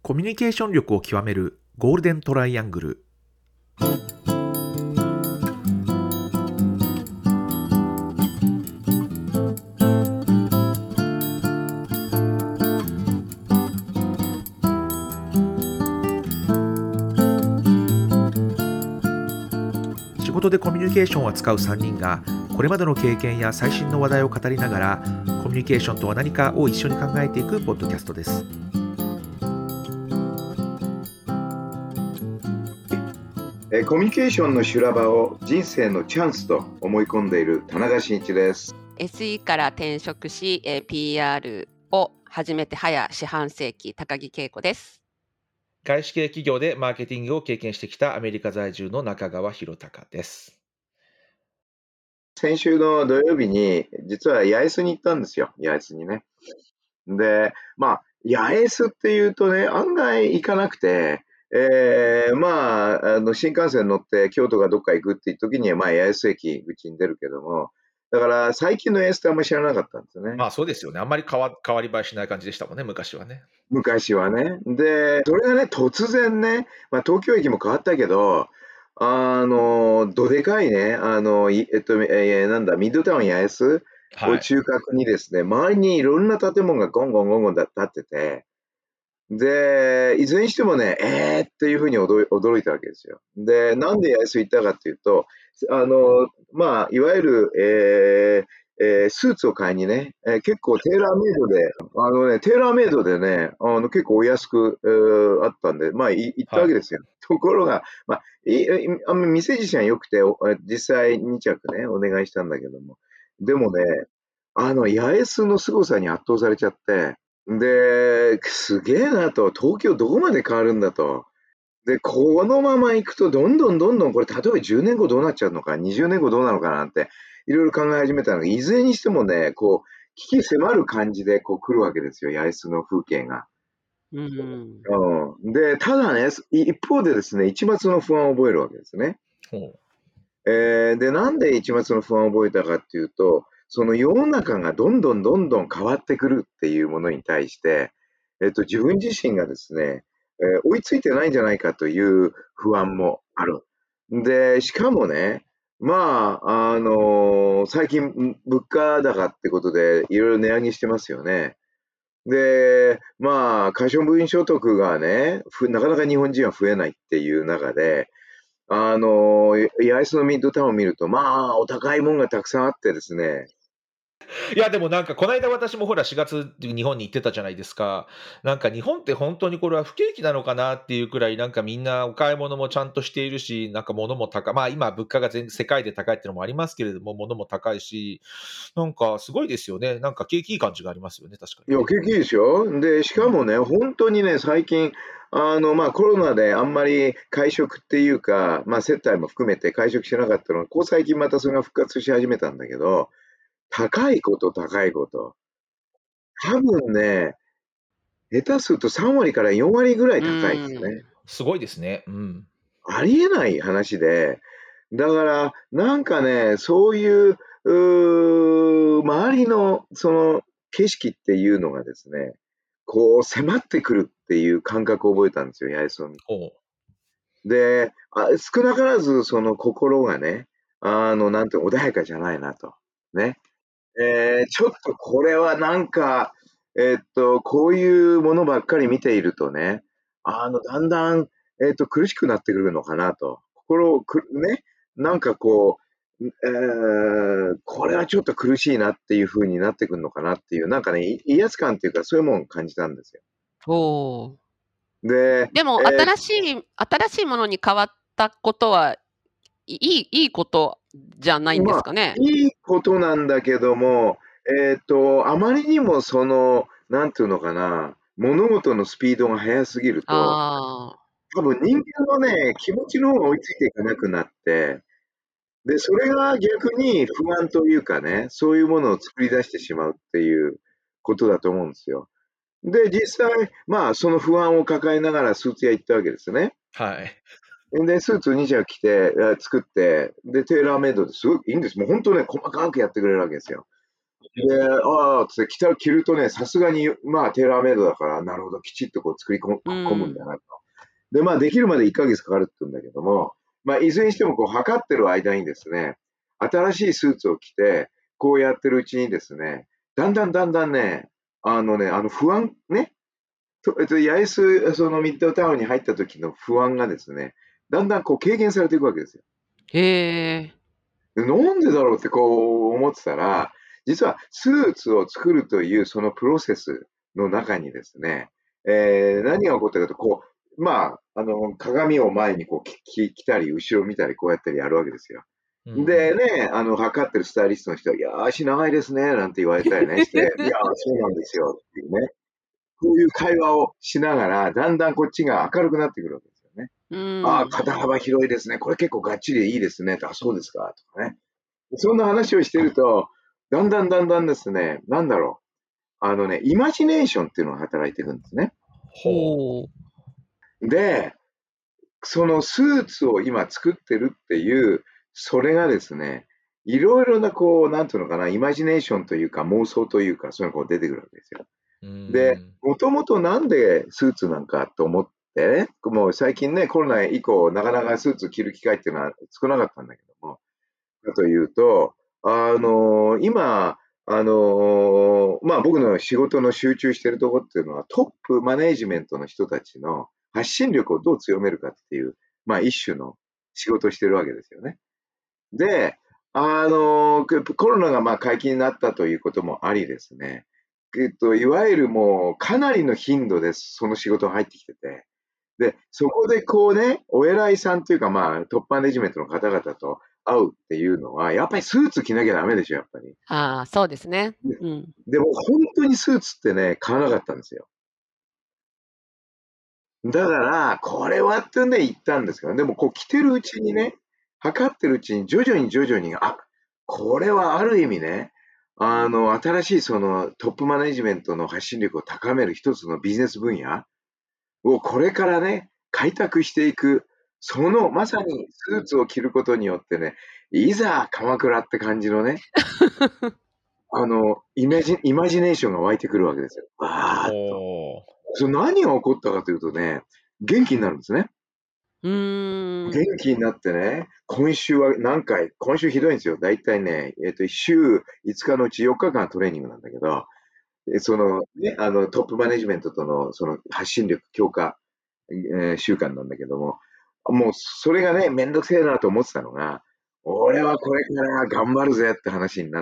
コミュニケーション力を極めるゴールデントライアングル。仕事でコミュニケーションを扱う3人がこれまでの経験や最新の話題を語りながらコミュニケーションとは何かを一緒に考えていくポッドキャストです。 コミュニケーションの修羅場を人生のチャンスと思い込んでいる田中真一です。 SE から転職し、PR を始めて早四半世紀、高木恵子です。 外資系企業でマーケティングを経験してきたアメリカ在住の中川博隆です。 先週の土曜日に実は八重洲に行ったんですよ。八重洲にね。で、八重洲っていうとね、案外行かなくて、新幹線乗って京都がどっか行くっていう時には、八重洲駅口に出るけども、だから最近の八重洲ってあんまり知らなかったんですよね。 そうですよね。あんまり変わり映えしない感じでしたもんね、昔はね。 昔はね。で、それがね、突然ね、東京駅も変わったけど、どでかいね、ミッドタウン八重洲を中核にですね、周りにいろんな建物がゴンゴンゴンゴン建ってて、で、いずれにしてもね、っていうふうに驚いたわけですよ。で、なんで八重洲行ったかっていうと、いわゆる、スーツを買いにね、結構テーラーメイドで、結構お安く、あったんで、行ったわけですよ。ところが、店自身は良くて、実際2着ね、お願いしたんだけども。でもね、八重洲の凄さに圧倒されちゃって、で、すげえなと、東京どこまで変わるんだと。で、このまま行くとどんどんどんどんこれ例えば10年後どうなっちゃうのか、20年後どうなのかなんて、いろいろ考え始めたのが、いずれにしてもね、危機迫る感じで来るわけですよ、八重洲の風景が。で、ただね、一方でですね、一抹の不安を覚えるわけですね。で、なんで一抹の不安を覚えたかっていうと、その世の中がどんどんどんどん変わってくるっていうものに対して、自分自身がですね、追いついてないんじゃないかという不安もある。で、しかもね、最近物価高ってことでいろいろ値上げしてますよね。で、可処分所得がね、なかなか日本人は増えないっていう中で、八重洲のミッドタウンを見ると、お高いもんがたくさんあってですね。 いや、でもなんか、この間私もほら4月に日本に行ってたじゃないですか。なんか日本って本当にこれは不景気なのかなっていうくらい、なんかみんなお買い物もちゃんとしているし、なんか物も高い。今物価が世界で高いっていうのもありますけれども、物も高いし、なんかすごいですよね。なんか景気いい感じがありますよね、確かにね。 景気いいでしょ。で、しかもね、本当にね、最近、コロナであんまり会食っていうか、接待も含めて会食してなかったのが、ここ最近またそれが復活し始めたんだけど、高いこと高いこと。多分ね、下手すると3割から4割ぐらい高いですね。 すごいですね。 ありえない話で、だから、なんかね、そういう、周りのその景色っていうのがですね、迫ってくるっていう感覚を覚えたんですよ、八重洲を見て。で、少なからずその心がね、なんて穏やかじゃないなと。ね。ちょっとこれはなんか、こういうものばっかり見ているとね、だんだん、苦しくなってくるのかなと。心をね、なんかこれはちょっと苦しいなっていう風になってくるのかなっていう、なんかね、威圧感っていうか、そういうものを感じたんですよ。で、 でも新しいものに変わったことはいいことじゃないんですかね。 いいことなんだけども、あまりにもなんていうのかな、物事のスピードが速すぎると、多分人間のね、気持ちの方が追いついていかなくなって、で、それが逆に不安というかね、そういうものを作り出してしまうっていうことだと思うんですよ。で、実際、その不安を抱えながらスーツ屋行ったわけですね。で、スーツ2着着て、作って、で、テーラーメイドですごくいいんです。もう本当ね、細かくやってくれるわけですよ。 で、ああ、つって着るとね、さすがに、まあ、テーラーメイドだから、なるほど、きちっとこう作り込むんだなと。で、まあ、できるまで1ヶ月かかるって言うんだけども、まあ、いずれにしても、こう、測ってる間にですね、新しいスーツを着て、こうやってるうちにですね、だんだんね、不安ね、八重洲、そのミッドタウンに入った時の不安がですね、だんだんこう軽減されていくわけですよ。 へえ。 なんでだろうってこう思ってたら、実はスーツを作るというそのプロセスの中にですね、何が起こったかと、こう、まあ、鏡を前にこう着たり、後ろ見たり、こうやったりやるわけですよ。でね、測ってるスタイリストの人は、いやー、足長いですね、なんて言われたりねして、いやー、そうなんですよ、っていうね。こういう会話をしながら、だんだんこっちが明るくなってくるわけですよね。 うああ、 ん。 肩幅広いですね。これ結構がっちりでいいですね。あ、そうですか。とかね。そんな話をしてると、だんだんですね、なんだろう。イマジネーションっていうのが働いていくんですね。 ほう。 で、そのスーツを今作ってるっていう、それがですね、いろいろなこう、なんていうのかな、イマジネーションというか妄想というか、そういうのがこう出てくるわけですよ。で、もともとなんでスーツなんかと思ってね、もう最近ね、コロナ以降、なかなかスーツ着る機会っていうのは少なかったんだけども、かというと、今、まあ僕の仕事の集中しているところっていうのはトップマネージメントの人たちの発信力をどう強めるかっていう、まあ一種の仕事をしてるわけですよね。で、コロナがまあ解禁になったということもありですね、いわゆるもうかなりの頻度でその仕事が入ってきてて、で、そこでこうね、お偉いさんというかまあトップマネジメントの方々と会うっていうのは、やっぱりスーツ着なきゃダメでしょ、やっぱり。 ああ、そうですね。 で、 うん。 でも本当にスーツってね、買わなかったんですよ。だから、これはってね、言ったんですけど、でもこう着てるうちにね、測ってるうちに徐々に、あ、これはある意味ね、新しいそのトップマネジメントの発信力を高める一つのビジネス分野をこれからね、開拓していく、そのまさにスーツを着ることによってね、いざ鎌倉って感じのね、イマジネーションが湧いてくるわけですよ。わーっと。 ほう。 それ何が起こったかというとね、元気になるんですね。 うーん。 元気になってね、今週は何回、今週ひどいんですよ。だいたいね、週5日のうち4日間トレーニングなんだけど、そのね、トップマネジメントとのその発信力強化、習慣なんだけども、もうそれがね、めんどくせえなと思ってたのが、俺はこれから頑張るぜって話になって、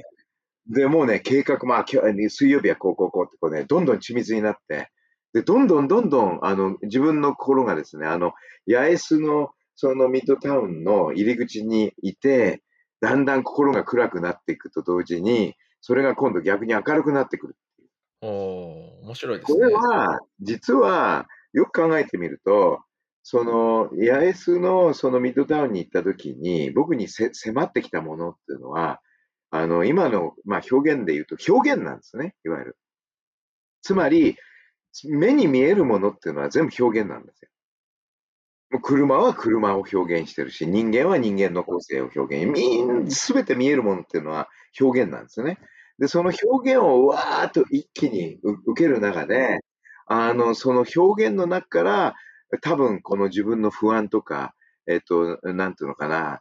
で、もうね、計画、まあ、水曜日はこうってこうね、どんどん緻密になって、で、どんどん、自分の心がですね、八重洲の、そのミッドタウンの入り口にいて、だんだん心が暗くなっていくと同時に、それが今度逆に明るくなってくる。 面白いでこれすね。 は、実は、よく考えてみると、その、八重洲のそのミッドタウンに行った時に、僕に迫ってきたものっていうのは、今の、まあ、表現で言うと表現なんですね、いわゆる。つまり、目に見えるものっていうのは全部表現なんですよ。もう車は車を表現してるし、人間は人間の個性を表現。すべて見えるものっていうのは表現なんですよね。で、その表現をわーっと一気に受ける中で、その表現の中から、多分この自分の不安とか、なんていうのかな、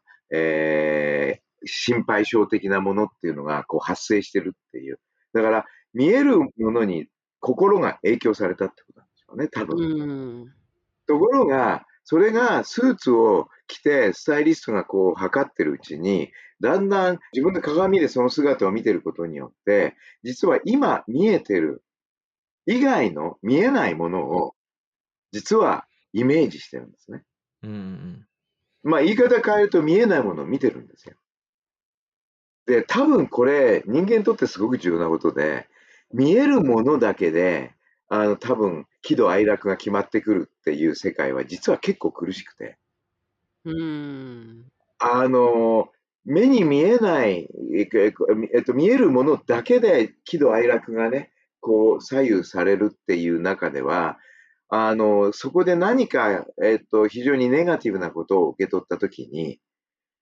心配性的なものっていうのがこう発生してるっていう。だから、見えるものに心が影響されたってことなんでしょうね、多う分。 ーん。 ところが、それがスーツを着て、スタイリストがこう測ってるうちに、だんだん自分で鏡でその姿を見てることによって、実は今見えてる以外の見えないものを、実はイメージしてるんですね。まあ言い方変えると見えないものを見てるんですよ。で、多分これ人間にとってすごく重要なことで、見えるものだけで、多分喜怒哀楽が決まってくるっていう世界は実は結構苦しくて。 うーん。 あの、目に見えない、見えるものだけで喜怒哀楽がね、こう左右されるっていう中では、そこで何か、非常にネガティブなことを受け取ったときに、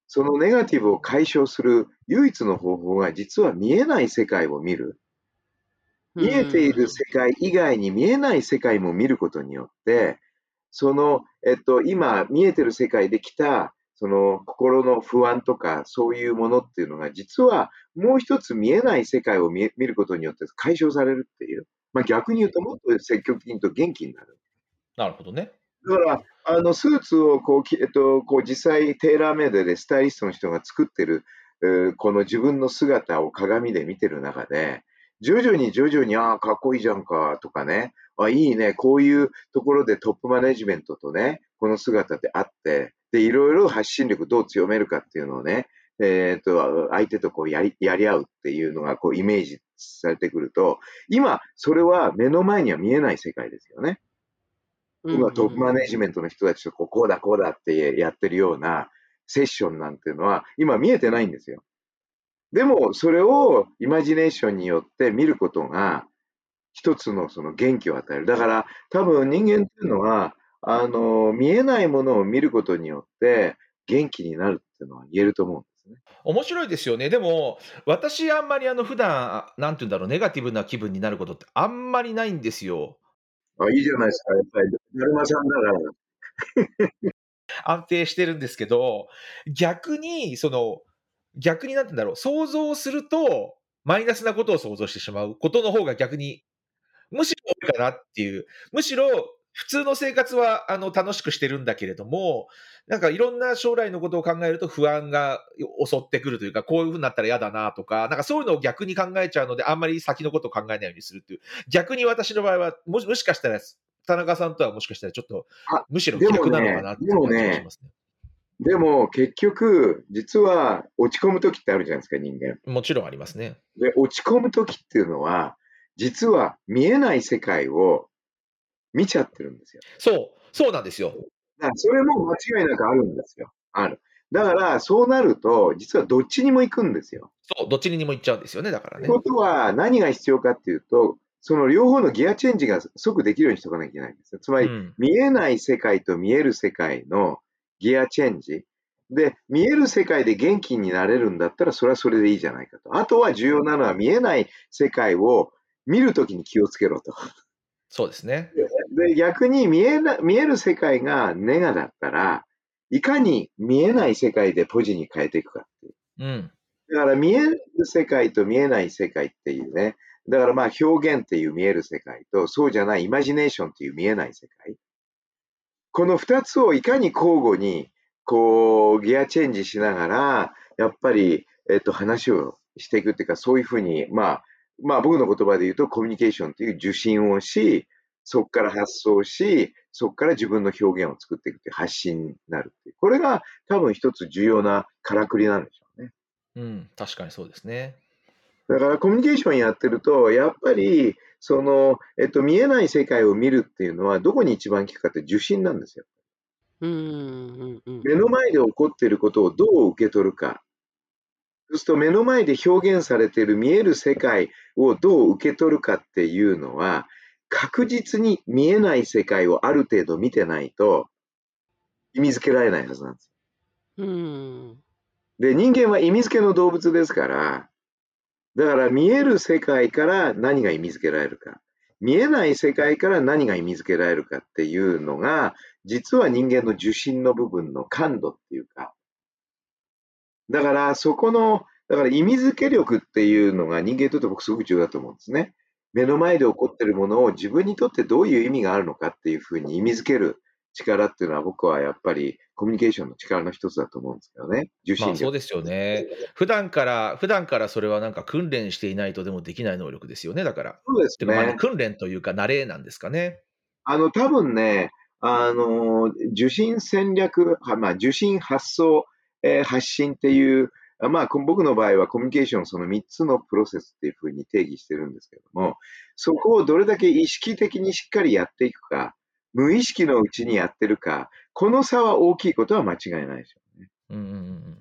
そのネガティブを解消する唯一の方法が、実は見えない世界を見る。 う見えているん。 世界以外に見えない世界も見ることによって、その、今見えてる世界で来た、その心の不安とか、そういうものっていうのが、実はもう一つ見えない世界を見ることによって解消されるっていう。まあ、逆に言うと、もっと積極的にと元気になる。 なるほどね。 だから、スーツをこう実際テーラーメイドでスタイリストの人が作ってる、この自分の姿を鏡で見てる中で、徐々に、ああ、かっこいいじゃんか、とかね、あ、いいね、こういうところでトップマネジメントとね、この姿であって、で、いろいろ発信力どう強めるかっていうのをね、相手とこうやり合うっていうのがこうイメージされてくると、今、それは目の前には見えない世界ですよね。 うん今トップマネうんジメントの人たちとこうだこうだってやってるようなセッションなんていうのは今見えてないんですよ。でもそれをイマジネーションによって見ることが一つのその元気を与える。だから多分人間っていうのは見えないものを見ることによって元気になるっていうのは言えると思うんですね。 面白いですよね。でも、私あんまり普段、なんて言うんだろう、ネガティブな気分になることってあんまりないんですよ。 あ、いいじゃないですか。やっぱり、だるまさんだから。 安定してるんですけど、逆に逆になんて言うんだろう、想像すると、マイナスなことを想像してしまうことの方が逆にむしろ多いかなっていう。むしろ、普通の生活は、楽しくしてるんだけれども、なんかいろんな将来のことを考えると不安が襲ってくるというか、こういう風になったら嫌だなとか、なんかそういうのを逆に考えちゃうので、あんまり先のことを考えないようにするっていう。逆に私の場合は、もしかしたら、田中さんとはもしかしたらちょっと、 あ、 むしろでも逆なのかね、でなっていうもね、 感じがしますね。 でも結局、実は落ち込む時ってあるじゃないですか、人間。 もちろんありますね。 で、落ち込む時っていうのは、実は見えない世界を見ちゃってるんですよ。 そうなんですよ。 だからそれも間違いなくあるんですよ。ある。だから、そうなると、実はどっちにも行くんですよ。 そう、どっちにも行っちゃうんですよね、だからね。 ってことは、何が必要かっていうと、その両方のギアチェンジが即できるようにしておかなきゃいけないんですよ。つまり、 うん。 見えない世界と見える世界のギアチェンジ。で、見える世界で元気になれるんだったら、それはそれでいいじゃないかと。あとは重要なのは、見えない世界を見るときに気をつけろと。 そうですね。 で、逆に見える世界がネガだったら、いかに見えない世界でポジに変えていくかっていう。 うん。 だから見える世界と見えない世界っていうね。だからまあ表現っていう見える世界と、そうじゃないイマジネーションっていう見えない世界。この二つをいかに交互に、こう、ギアチェンジしながら、やっぱり、話をしていくっていうか、そういうふうに、まあ僕の言葉で言うとコミュニケーションという受信をし、そこから発想し、そこから自分の表現を作っていくっていう発信になるっていう。これが多分一つ重要なからくりなんでしょうね。 うん、確かにそうですね。 だからコミュニケーションやってると、やっぱり、見えない世界を見るっていうのは、どこに一番効くかって受信なんですよ。 うんうんうん目の前で起こっていることをどう受け取るか。そうすると目の前で表現されている見える世界をどう受け取るかっていうのは、確実に見えない世界をある程度見てないと意味づけられないはずなんです。 うんで、人間は意味づけの動物ですから、だから見える世界から何が意味づけられるか、見えない世界から何が意味づけられるかっていうのが、実は人間の受信の部分の感度っていうか、だからそこの、だから意味づけ力っていうのが人間にとって僕すごく重要だと思うんですね。目の前で起こっているものを自分にとってどういう意味があるのかっていうふうに意味づける力っていうのは僕はやっぱりコミュニケーションの力の一つだと思うんですけどね。受信力。 そうですよね。普段からそれはなんか訓練していないとでもできない能力ですよね、だから。 そうですてか、 ね。 訓練というか慣れなんですかね。 多分ね、受信戦略、受信発想、発信っていう、僕の場合はコミュニケーションその3つのプロセスっていうふうに定義してるんですけども、そこをどれだけ意識的にしっかりやっていくか、無意識のうちにやってるか、この差は大きいことは間違いないでしょうね。 うんうんうんうん。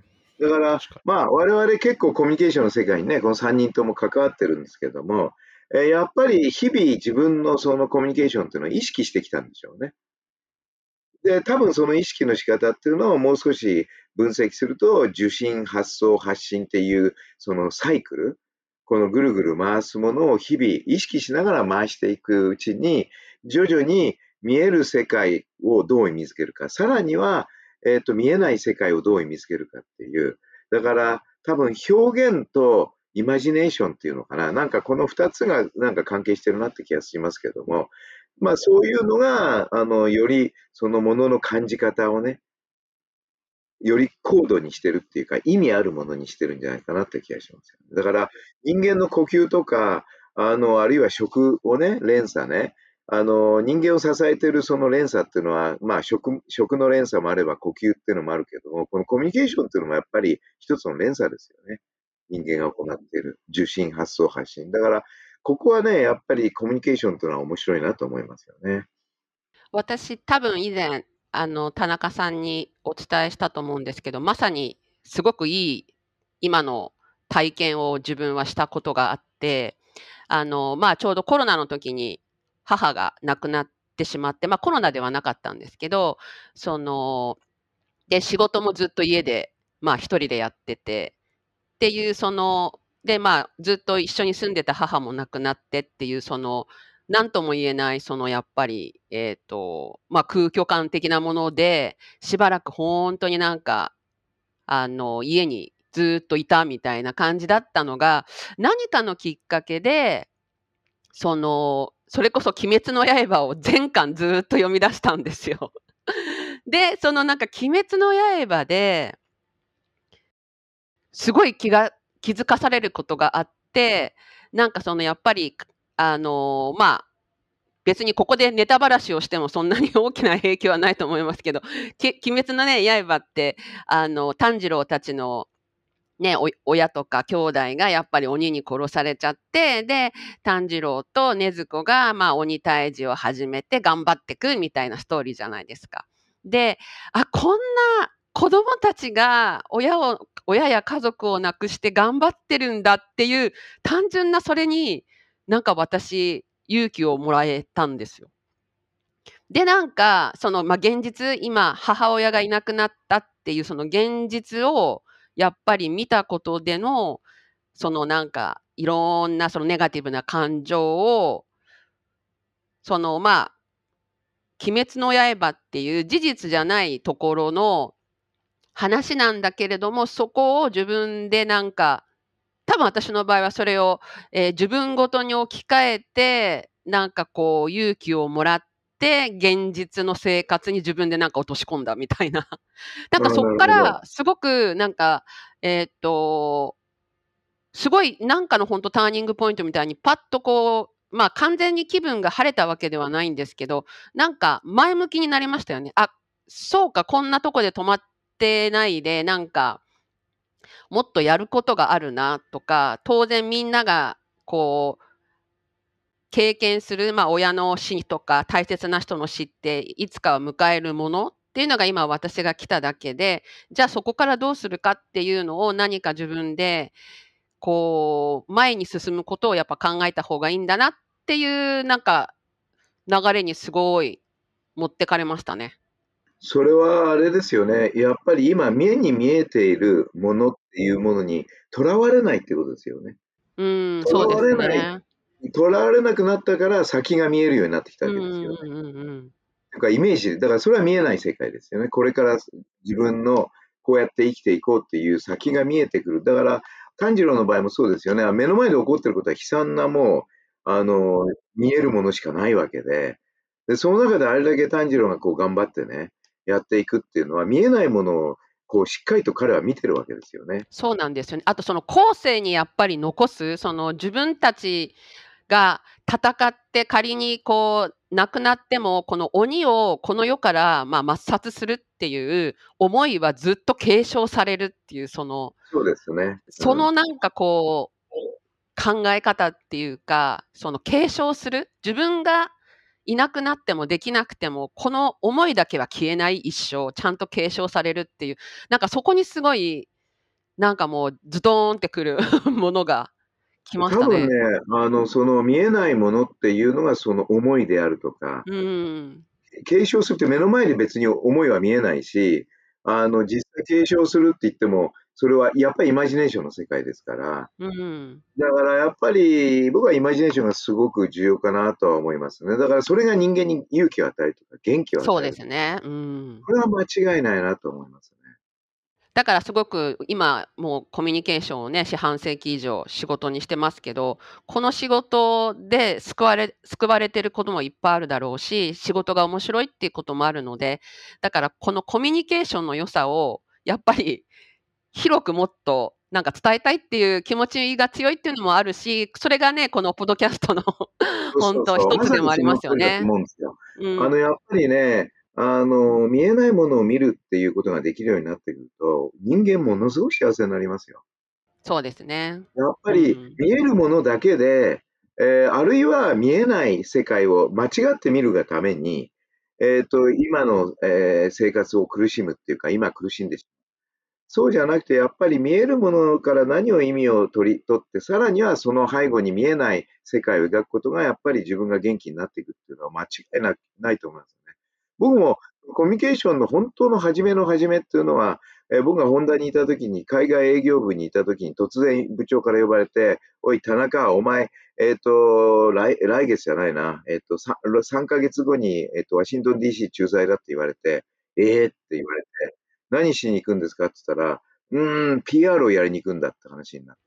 だから、 確か我々結構コミュニケーションの世界にね、この3人とも関わってるんですけども、やっぱり日々自分のそのコミュニケーションっていうのを意識してきたんでしょうね。で、多分その意識の仕方っていうのをもう少し分析すると、受信、発送、発信っていうそのサイクル、このぐるぐる回すものを日々意識しながら回していくうちに、徐々に見える世界をどう見つけるか、さらには、見えない世界をどう見つけるかっていう。だから多分表現とイマジネーションっていうのかな。なんかこの2つがなんか関係してるなって気がしますけども、まあそういうのが、よりそのものの感じ方をね、より高度にしてるっていうか、意味あるものにしてるんじゃないかなって気がしますよね。だから人間の呼吸とか、あるいは食をね、連鎖ね、人間を支えてるその連鎖っていうのは、まあ食の連鎖もあれば呼吸っていうのもあるけども、このコミュニケーションっていうのもやっぱり一つの連鎖ですよね。人間が行っている受信、発送、発信。だから、ここはね、やっぱりコミュニケーションっていうのは面白いなと思いますよね。 私、多分以前、田中さんにお伝えしたと思うんですけど、まさにすごくいい今の体験を自分はしたことがあって、まあ、ちょうどコロナの時に母が亡くなってしまって、まあ、コロナではなかったんですけど、で、仕事もずっと家で、まあ、一人でやってて、っていうで、まあ、ずっと一緒に住んでた母も亡くなってっていう、なんとも言えない、やっぱり、まあ、空虚感的なもので、しばらくほんとになんか、家にずっといたみたいな感じだったのが、何かのきっかけで、それこそ鬼滅の刃を全巻ずっと読み出したんですよ。で、なんか鬼滅の刃で、すごい気づかされることがあって、なんかやっぱり、まあ、別にここでネタばらしをしてもそんなに大きな影響はないと思いますけど、鬼滅のね、刃って、炭治郎たちのね、親とか兄弟がやっぱり鬼に殺されちゃって、で、炭治郎と禰豆子が、まあ、鬼退治を始めて頑張ってくみたいなストーリーじゃないですか。で、こんな子供たちが親や家族を亡くして頑張ってるんだっていう、単純なそれに、なんか私、勇気をもらえたんですよ。で、なんか、まあ、現実、今、母親がいなくなったっていうその現実をやっぱり見たことでの、なんか、いろんなそのネガティブな感情を、まあ、鬼滅の刃っていう事実じゃないところの話なんだけれども、そこを自分でなんか、多分私の場合はそれを、自分ごとに置き換えて、なんかこう勇気をもらって、現実の生活に自分でなんか落とし込んだみたいな。なんかそっなるほど。 からすごくなんか、すごいなんかの本当ターニングポイントみたいにパッとこう、まあ、完全に気分が晴れたわけではないんですけど、なんか前向きになりましたよね。そうか、こんなとこで止まってないで、なんかもっとやることがあるなとか、当然みんながこう経験する、まあ、親の死とか大切な人の死っていつかは迎えるものっていうのが今私が来ただけで、じゃあそこからどうするかっていうのを何か自分でこう前に進むことをやっぱ考えた方がいいんだなっていうなんか流れにすごい持ってかれましたね。 それはあれですよね。やっぱり今、目に見えているものっていうものにとらわれないっていうことですよね。とらそうですわれない、 ね。 とらわれなくなったから先が見えるようになってきたうんわけですよね。 うんうんうん。 なんかイメージ、だからそれは見えない世界ですよね。これから自分のこうやって生きていこうっていう先が見えてくる。だから、炭治郎の場合もそうですよね。目の前で起こってることは悲惨なもう、見えるものしかないわけで、で、その中であれだけ炭治郎がこう頑張ってね、やっていくっていうのは、見えないものをこうしっかりと彼は見てるわけですよね。 そうなんですよね。あと後世にやっぱり残す、自分たちが戦って仮にこう亡くなっても、この鬼をこの世から、まあ、抹殺するっていう思いはずっと継承されるっていう、 そうですね。 なんかこう、考え方っていうか、継承する、自分がいなくなってもできなくても、この思いだけは消えない一生、ちゃんと継承されるっていう、なんかそこにすごい、なんかもうズドーンってくるものが来ましたね。 多分ね、その見えないものっていうのがその思いであるとか、 うん。 継承するって目の前で別に思いは見えないし、 実際継承するって言っても、それはやっぱりイマジネーションの世界ですから。 うん。 だからやっぱり、僕はイマジネーションがすごく重要かなとは思いますね。だからそれが人間に勇気を与えるとか、元気を与そうえる。 ですね。うん。 これは間違いないなと思いますね。 だからすごく今、もうコミュニケーションをね、四半世紀以上仕事にしてますけど、この仕事で救われてることもいっぱいあるだろうし、仕事が面白いっていうこともあるので、だからこのコミュニケーションの良さをやっぱり広くもっとなんか伝えたいっていう気持ちが強いっていうのもあるし、それがね、このポッドキャストのそう本当そうそう。まさにそ一つでもありまの通りだとすよね。 思うんですよ。 うん、 やっぱりね、見えないものを見るっていうことができるようになってくると、人間ものすごく幸せになりますよ。 そうですね。 やっぱりうん。 見えるものだけで、あるいは見えない世界を間違って見るがために、今の、生活を苦しむっていうか、今苦しんでしそうじゃなくて、やっぱり見えるものから何を意味を取って、さらにはその背後に見えない世界を描くことが、やっぱり自分が元気になっていくっていうのは間違いないと思いますね。僕もコミュニケーションの本当の初めの初めっていうのは、僕がホンダにいた時に、海外営業部にいた時に突然部長から呼ばれて、おい、田中、お前、来月じゃないな、3ヶ月後に、ワシントン DC 駐在だって言われて、って言われて、何しに行くんですかって言ったら、PR をやりに行くんだって話になって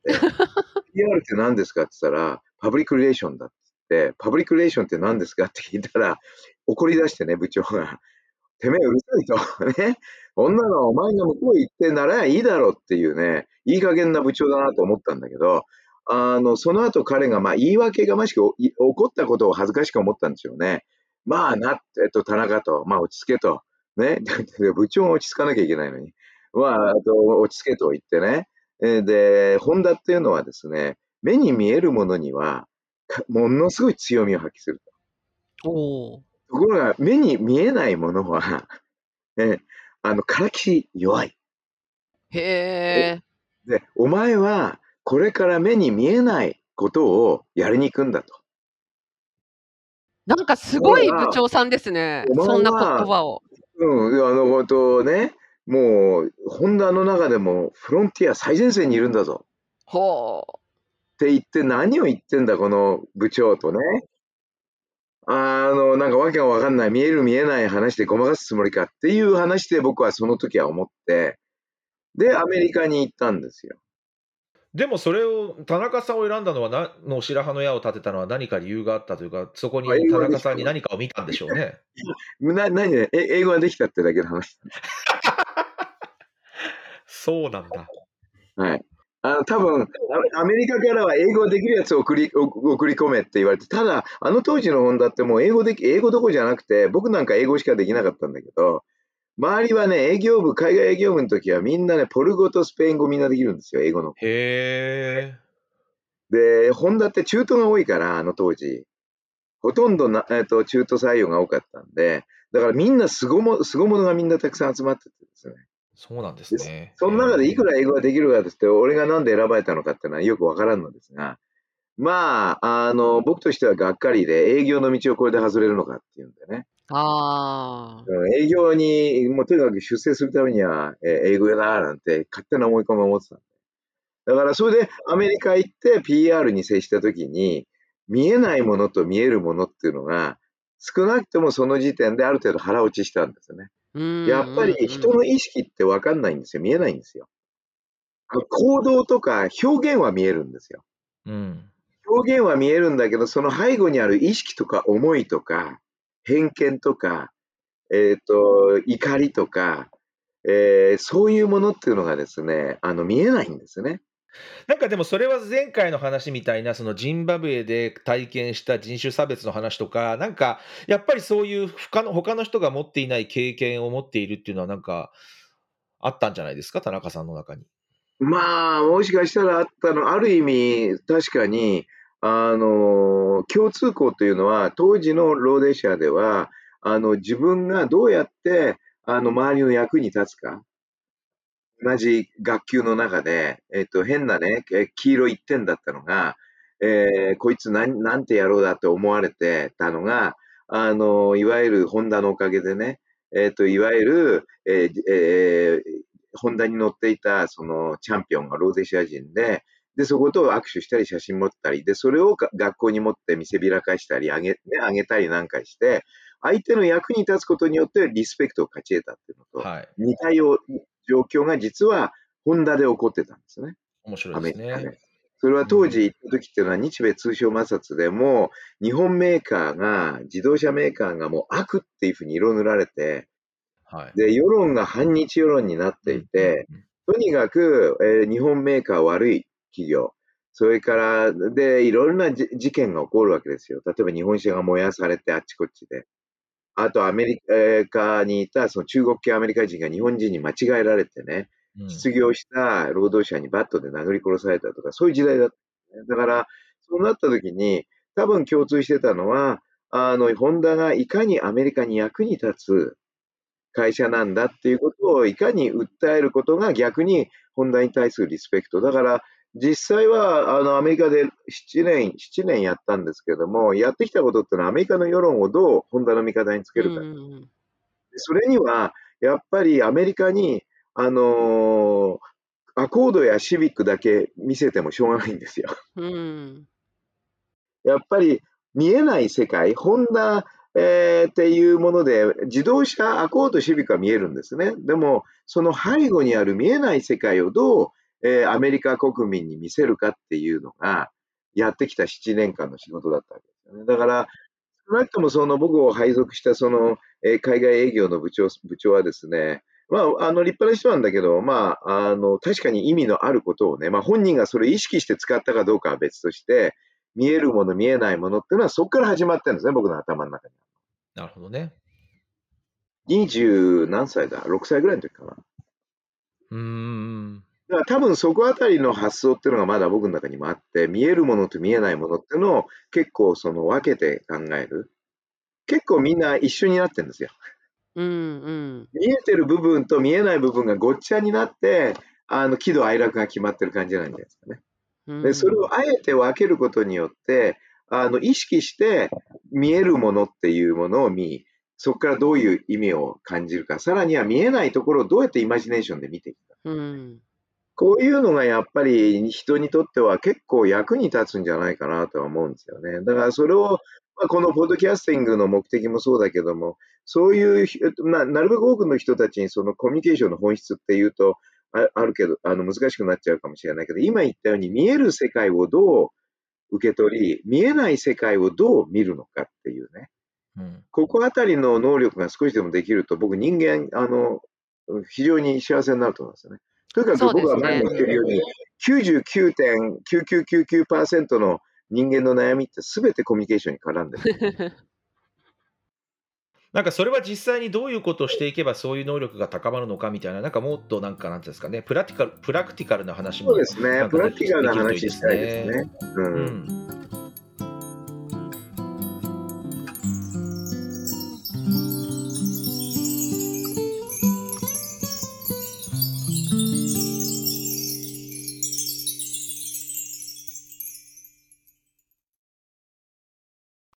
、PR って何ですかって言ったら、パブリックリレーションだって言って、パブリックリレーションって何ですかって聞いたら、怒り出してね、部長が。てめえうるさいと。ね。こんなのはお前が向こう行ってならいいだろうっていうね、いい加減な部長だなと思ったんだけど、その後彼が、言い訳がましく、怒ったことを恥ずかしく思ったんですよね。まあな、田中と、落ち着けと。ね。部長が落ち着かなきゃいけないのに。落ち着けと言ってね。で、ホンダっていうのはですね、目に見えるものには、ものすごい強みを発揮すると。 おお。 ところが、目に見えないものはからき弱い。 へえ。 で、お前はこれから目に見えないことをやりに行くんだと。 なんかすだかごい部ら、 長さんですね。 お前そんなは言葉を。 ね、もうホンダの中でもフロンティア最前線にいるんだぞほう。 って言って、何を言ってんだこの部長とね。なんかわけがわかんない、見える見えない話でごまかすつもりかっていう話で僕はその時は思って、で、アメリカに行ったんですよ。 でもそれを田中さんを選んだのは、白羽の矢を立てたのは何か理由があったというか、そこに英田語ができたから。 中さんに何かを見たんでしょうね。 何で、英語ができたってだけの話。 そうなんだ。 はい。多分、アメリカからは英語できるやつを送り込めって言われて、ただ、あの当時の本だってもう英語どころじゃなくて、僕なんか英語しかできなかったんだけど、周りはね、海外営業部の時はみんなね、ポル語とスペイン語みんなできるんですよ、英語の。 へえ。 で、ホンダって中途が多いから、あの当時。ほとんど中途採用が多かったんで、だからみんな凄者がみんなたくさん集まっててですね。 そうなんですで、 ね。 その中でいくへえ。 ら英語ができるかってって、俺がなんで選ばれたのかっていうのはよくわからんのですが、僕としてはがっかりで、営業の道をこれで外れるのかっていうんでね。 ああ。 営業に、もうとにかく出世するためには、英語だなんて勝手な思い込みを持ってた。だからそれでアメリカ行って PR に接した時に、見えないものと見えるものっていうのが、少なくともその時点である程度腹落ちしたんですよね。 うんやっぱりうんうん。 人の意識ってわかんないんですよ。見えないんですよ。行動とか表現は見えるんですよ。 うん。 表現は見えるんだけど、その背後にある意識とか思いとか、偏見とか、怒りとか、そういうものっていうのがですね、見えないんですね。 なんかでもそれは前回の話みたいな、そのジンバブエで体験した人種差別の話とか、なんかやっぱりそういう他の人が持っていない経験を持っているっていうのはなんかあったんじゃないですか？田中さんの中に。 もしかしたらある意味、確かに、共通項というのは、当時のローデシアでは、自分がどうやって、周りの役に立つか、同じ学級の中で、変なね、黄色1点だったのが、こいつなんて野郎だって思われてたのが、いわゆるホンダのおかげでね、 いわゆる、ホンダに乗っていたそのチャンピオンがローゼシア人で、そこと握手したり写真持ったり、それを学校に持って見せびらかしたり、あげたりなんかして、相手の役に立つことによってリスペクトを勝ち得たっていうのと、似た状況が実はホンダで起こってたんですね。 面白いですね。 アメリカで。それは当時行った時っていうのは日米通商摩擦でも日本メーカーが、自動車メーカーがもう悪っていうふうに色塗られて、で、世論が反日世論になっていて、とにかく、日本メーカー悪い企業、それからでいろんな事件が起こるわけですよ。例えば日本車が燃やされてあっちこっちで。あとアメリカにいたその中国系アメリカ人が日本人に間違えられてね、失業した労働者にバットで殴り殺されたとか、そういう時代だった、ね。だから、そうなった時に、多分共通してたのは、ホンダがいかにアメリカに役に立つ会社なんだっていうことをいかに訴えることが逆にホンダに対するリスペクト。だから、実際はアメリカで7年やったんですけども、やってきたことってのはアメリカの世論をどうホンダの味方につけるか。それには、やっぱりアメリカに、アコードやシビックだけ見せてもしょうがないんですよ。やっぱり見えない世界、ホンダっていうもので、自動車、アコード、シビックは見えるんですね。でも、その背後にある見えない世界をどう、アメリカ国民に見せるかっていうのが、やってきた7年間の仕事だったわけですよね。だから、少なくともその僕を配属したその、海外営業の部長はですね、まあ、立派な人なんだけど、まあ、確かに意味のあることをね、まあ、本人がそれを意識して使ったかどうかは別として、見えるもの、見えないものっていうのはそこから始まってるんですね、僕の頭の中に。 なるほどね。 20何歳だ ?6 歳ぐらいの時かな。だから多分そこあたりの発想っていうのがまだ僕の中にもあって、見えるものと見えないものっていうのを結構その分けて考える。結構みんな一緒になってるんですよ。見えてる部分と見えない部分がごっちゃになって、喜怒哀楽が決まってる感じなんじゃないですかね。で、それをあえて分けることによって、意識して見えるものっていうものを見、そこからどういう意味を感じるか、さらには見えないところをどうやってイマジネーションで見ていくか。こういうのがやっぱり人にとっては結構役に立つんじゃないかなとは思うんですよね。だからそれを、まあ、このポッドキャスティングの目的もそうだけども、そういう、なるべく多くの人たちにそのコミュニケーションの本質っていうと、あるけど、難しくなっちゃうかもしれないけど、今言ったように見える世界をどう受け取り、見えない世界をどう見るのかっていうね。ここあたりの能力が少しでもできると、僕人間、非常に幸せになると思いますよね。とにかく僕は前も言ってるように、99.9999% の人間の悩みって全てコミュニケーションに絡んでる。 なんかそれは実際にどういうことをしていけばそういう能力が高まるのかみたいな、なんかもっとなんかなんていうんですかね、プラクティカルな話もそうですね、プラクティカルな話したいですね。